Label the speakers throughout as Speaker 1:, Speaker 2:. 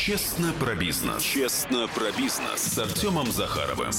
Speaker 1: Честно про бизнес. Честно про бизнес. С Артемом Захаровым.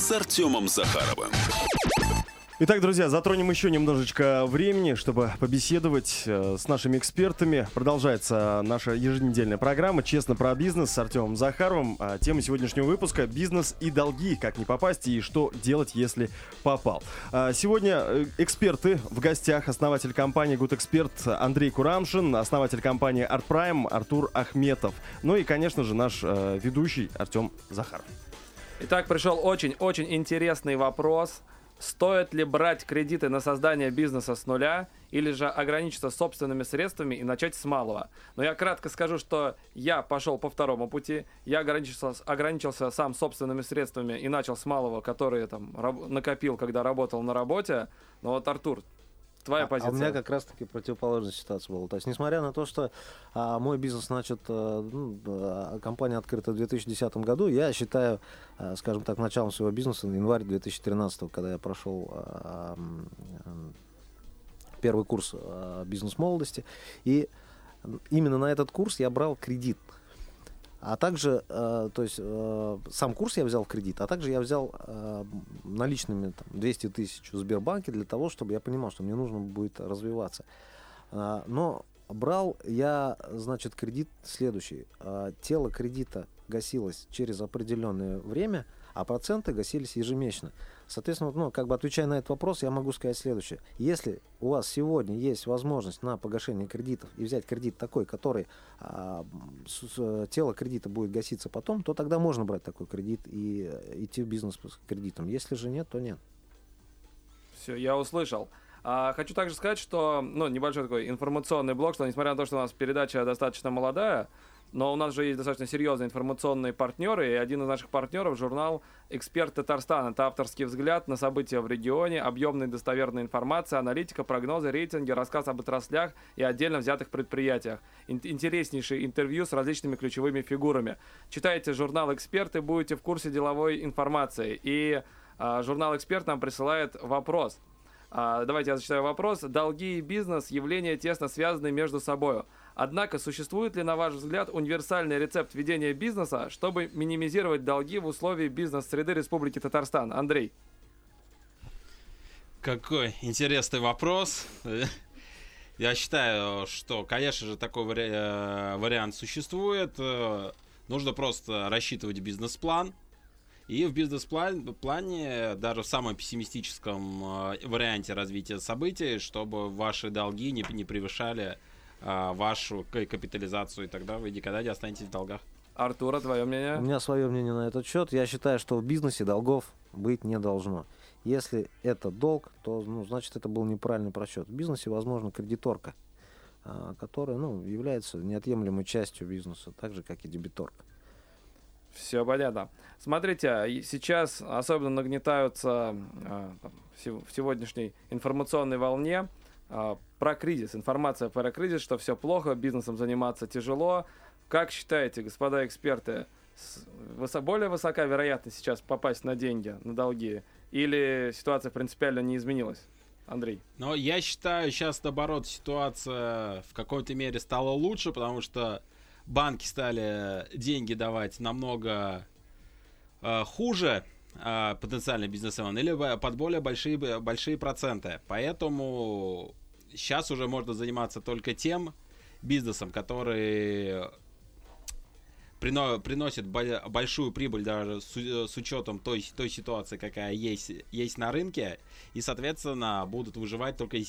Speaker 2: Итак, друзья, затронем еще немножечко времени, чтобы побеседовать с нашими экспертами. Продолжается наша еженедельная программа «Честно про бизнес» с Артемом Захаровым. Тема сегодняшнего выпуска — бизнес и долги. Как не попасть и что делать, если попал. Сегодня эксперты в гостях. Основатель компании GoodExpert Андрей Курамшин, основатель компании ArtPrime Артур Ахметов. Ну и, конечно же, наш ведущий Артем Захаров.
Speaker 3: Итак, пришел очень-очень интересный вопрос. Стоит ли брать кредиты на создание бизнеса с нуля или же ограничиться собственными средствами и начать с малого? Но я кратко скажу, что я пошел по второму пути. Я ограничился сам собственными средствами и начал с малого, который я там накопил, когда работал на работе. Но вот, Артур, твоя позиция.
Speaker 4: А у меня как раз-таки противоположная ситуация была. То есть, несмотря на то, что мой бизнес, компания открыта в 2010 году, я считаю, скажем так, началом своего бизнеса январь 2013, когда я прошел первый курс бизнес-молодости. И именно на этот курс я брал кредит. А также, сам курс я взял в кредит, а также я взял наличными 200 тысяч в Сбербанке для того, чтобы я понимал, что мне нужно будет развиваться. Но брал я, кредит следующий. Тело кредита гасилось через определенное время, а проценты гасились ежемесячно. Соответственно, отвечая на этот вопрос, я могу сказать следующее. Если у вас сегодня есть возможность на погашение кредитов и взять кредит такой, который тело кредита будет гаситься потом, то тогда можно брать такой кредит и идти в бизнес с кредитом. Если же нет, то нет.
Speaker 3: Все, я услышал. Хочу также сказать, что, небольшой такой информационный блок, что несмотря на то, что у нас передача достаточно молодая, но у нас же есть достаточно серьезные информационные партнеры, и один из наших партнеров — журнал «Эксперт Татарстан». Это авторский взгляд на события в регионе, объемная и достоверная информация, аналитика, прогнозы, рейтинги, рассказ об отраслях и отдельно взятых предприятиях. Интереснейшие интервью с различными ключевыми фигурами. Читайте журнал «Эксперт» и будете в курсе деловой информации. И журнал «Эксперт» нам присылает вопрос. Давайте я зачитаю вопрос. Долги и бизнес — явления тесно связаны между собой. Однако, существует ли, на ваш взгляд, универсальный рецепт ведения бизнеса, чтобы минимизировать долги в условиях бизнес-среды Республики Татарстан? Андрей.
Speaker 5: Какой интересный вопрос. Я считаю, что, конечно же, такой вариант существует. Нужно просто рассчитывать бизнес-план. И в бизнес-плане, даже в самом пессимистическом варианте развития событий, чтобы ваши долги не превышали вашу капитализацию, и тогда вы никогда не останетесь в долгах.
Speaker 3: Артур, твое мнение?
Speaker 4: У меня свое мнение на этот счет. Я считаю, что в бизнесе долгов быть не должно. Если это долг, то значит это был неправильный просчет. В бизнесе возможно кредиторка, которая является неотъемлемой частью бизнеса, так же как и дебиторка.
Speaker 3: Все понятно. Смотрите, сейчас особенно нагнетаются в сегодняшней информационной волне про кризис. Информация про кризис, что все плохо, бизнесом заниматься тяжело. Как считаете, господа эксперты, более высока вероятность сейчас попасть на деньги, на долги? Или ситуация принципиально не изменилась? Андрей.
Speaker 5: Но я считаю, сейчас, наоборот, ситуация в какой-то мере стала лучше, потому что банки стали деньги давать намного хуже потенциальным бизнесменам или под более большие проценты. Поэтому сейчас уже можно заниматься только тем бизнесом, который приносит большую прибыль даже с учетом той ситуации, какая есть на рынке. И, соответственно, будут выживать только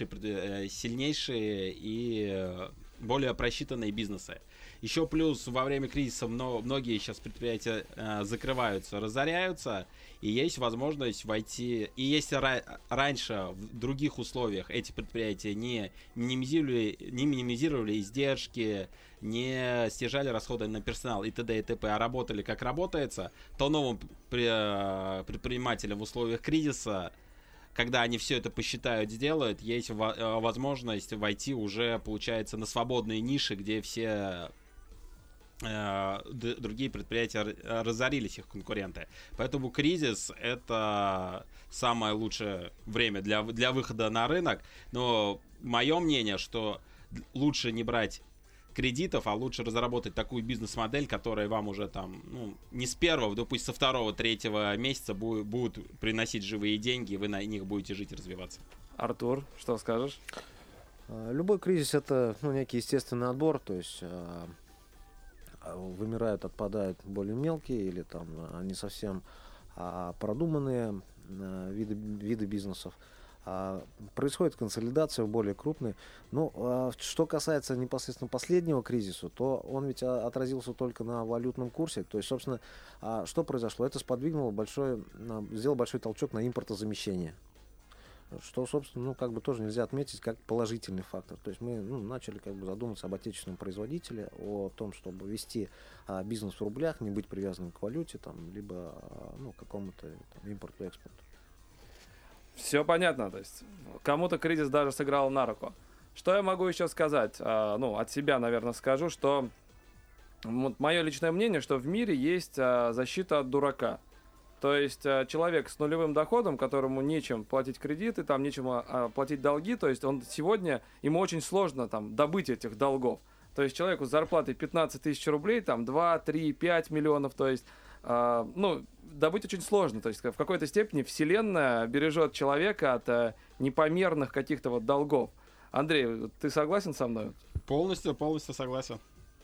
Speaker 5: сильнейшие и более просчитанные бизнесы. Еще плюс во время кризиса многие сейчас предприятия закрываются, разоряются, и есть возможность войти. И если раньше в других условиях эти предприятия не минимизировали издержки, не снижали расходы на персонал и т.д. и т.п., а работали как работается, то новым предпринимателям в условиях кризиса, когда они все это посчитают, сделают, есть возможность войти уже, получается, на свободные ниши, где все другие предприятия разорились, их конкуренты. Поэтому кризис — это самое лучшее время для выхода на рынок. Но мое мнение, что лучше не брать кредитов, а лучше разработать такую бизнес-модель, которая вам уже там, ну, не с первого, да пусть со второго, третьего месяца будут приносить живые деньги, и вы на них будете жить и развиваться.
Speaker 3: Артур, что скажешь?
Speaker 4: Любой кризис — это, ну, некий естественный отбор, то есть вымирают, отпадают более мелкие или там не совсем продуманные виды бизнесов. Происходит консолидация в более крупные. Ну, что касается непосредственно последнего кризиса, то он ведь отразился только на валютном курсе. То есть, собственно, что произошло? Это сподвигнуло сделал большой толчок на импортозамещение. Что, собственно, ну, как бы тоже нельзя отметить как положительный фактор. То есть мы, ну, начали как бы задумываться об отечественном производителе, о том, чтобы вести бизнес в рублях, не быть привязанным к валюте, там, либо ну, к какому-то импорту, экспорту.
Speaker 3: Все понятно, то есть кому-то кризис даже сыграл на руку. Что я могу еще сказать? Ну, от себя, наверное, скажу, что вот мое личное мнение, что в мире есть защита от дурака. То есть человек с нулевым доходом, которому нечем платить кредиты, там нечем платить долги, то есть он сегодня, ему очень сложно там добыть этих долгов. То есть человеку с зарплатой 15 тысяч рублей, там 2, 3, 5 миллионов, то есть, ну, добыть очень сложно. То есть в какой-то степени вселенная бережет человека от непомерных каких-то вот долгов. Андрей, ты согласен со мной?
Speaker 5: Полностью согласен.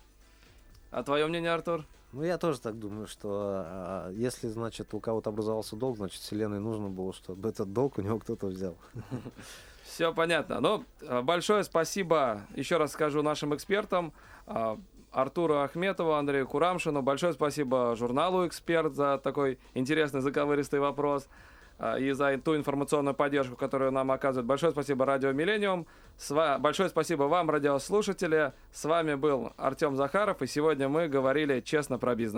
Speaker 3: А твое мнение, Артур?
Speaker 4: Ну, я тоже так думаю, что если, значит, у кого-то образовался долг, значит, вселенной нужно было, чтобы этот долг у него кто-то взял.
Speaker 3: Все понятно. Ну, большое спасибо, еще раз скажу, нашим экспертам, Артуру Ахметову, Андрею Курамшину. Большое спасибо журналу «Эксперт» за такой интересный заковыристый вопрос и за ту информационную поддержку, которую нам оказывает. Большое спасибо Радио Миллениум. Большое спасибо вам, радиослушатели. С вами был Артем Захаров, и сегодня мы говорили честно про бизнес.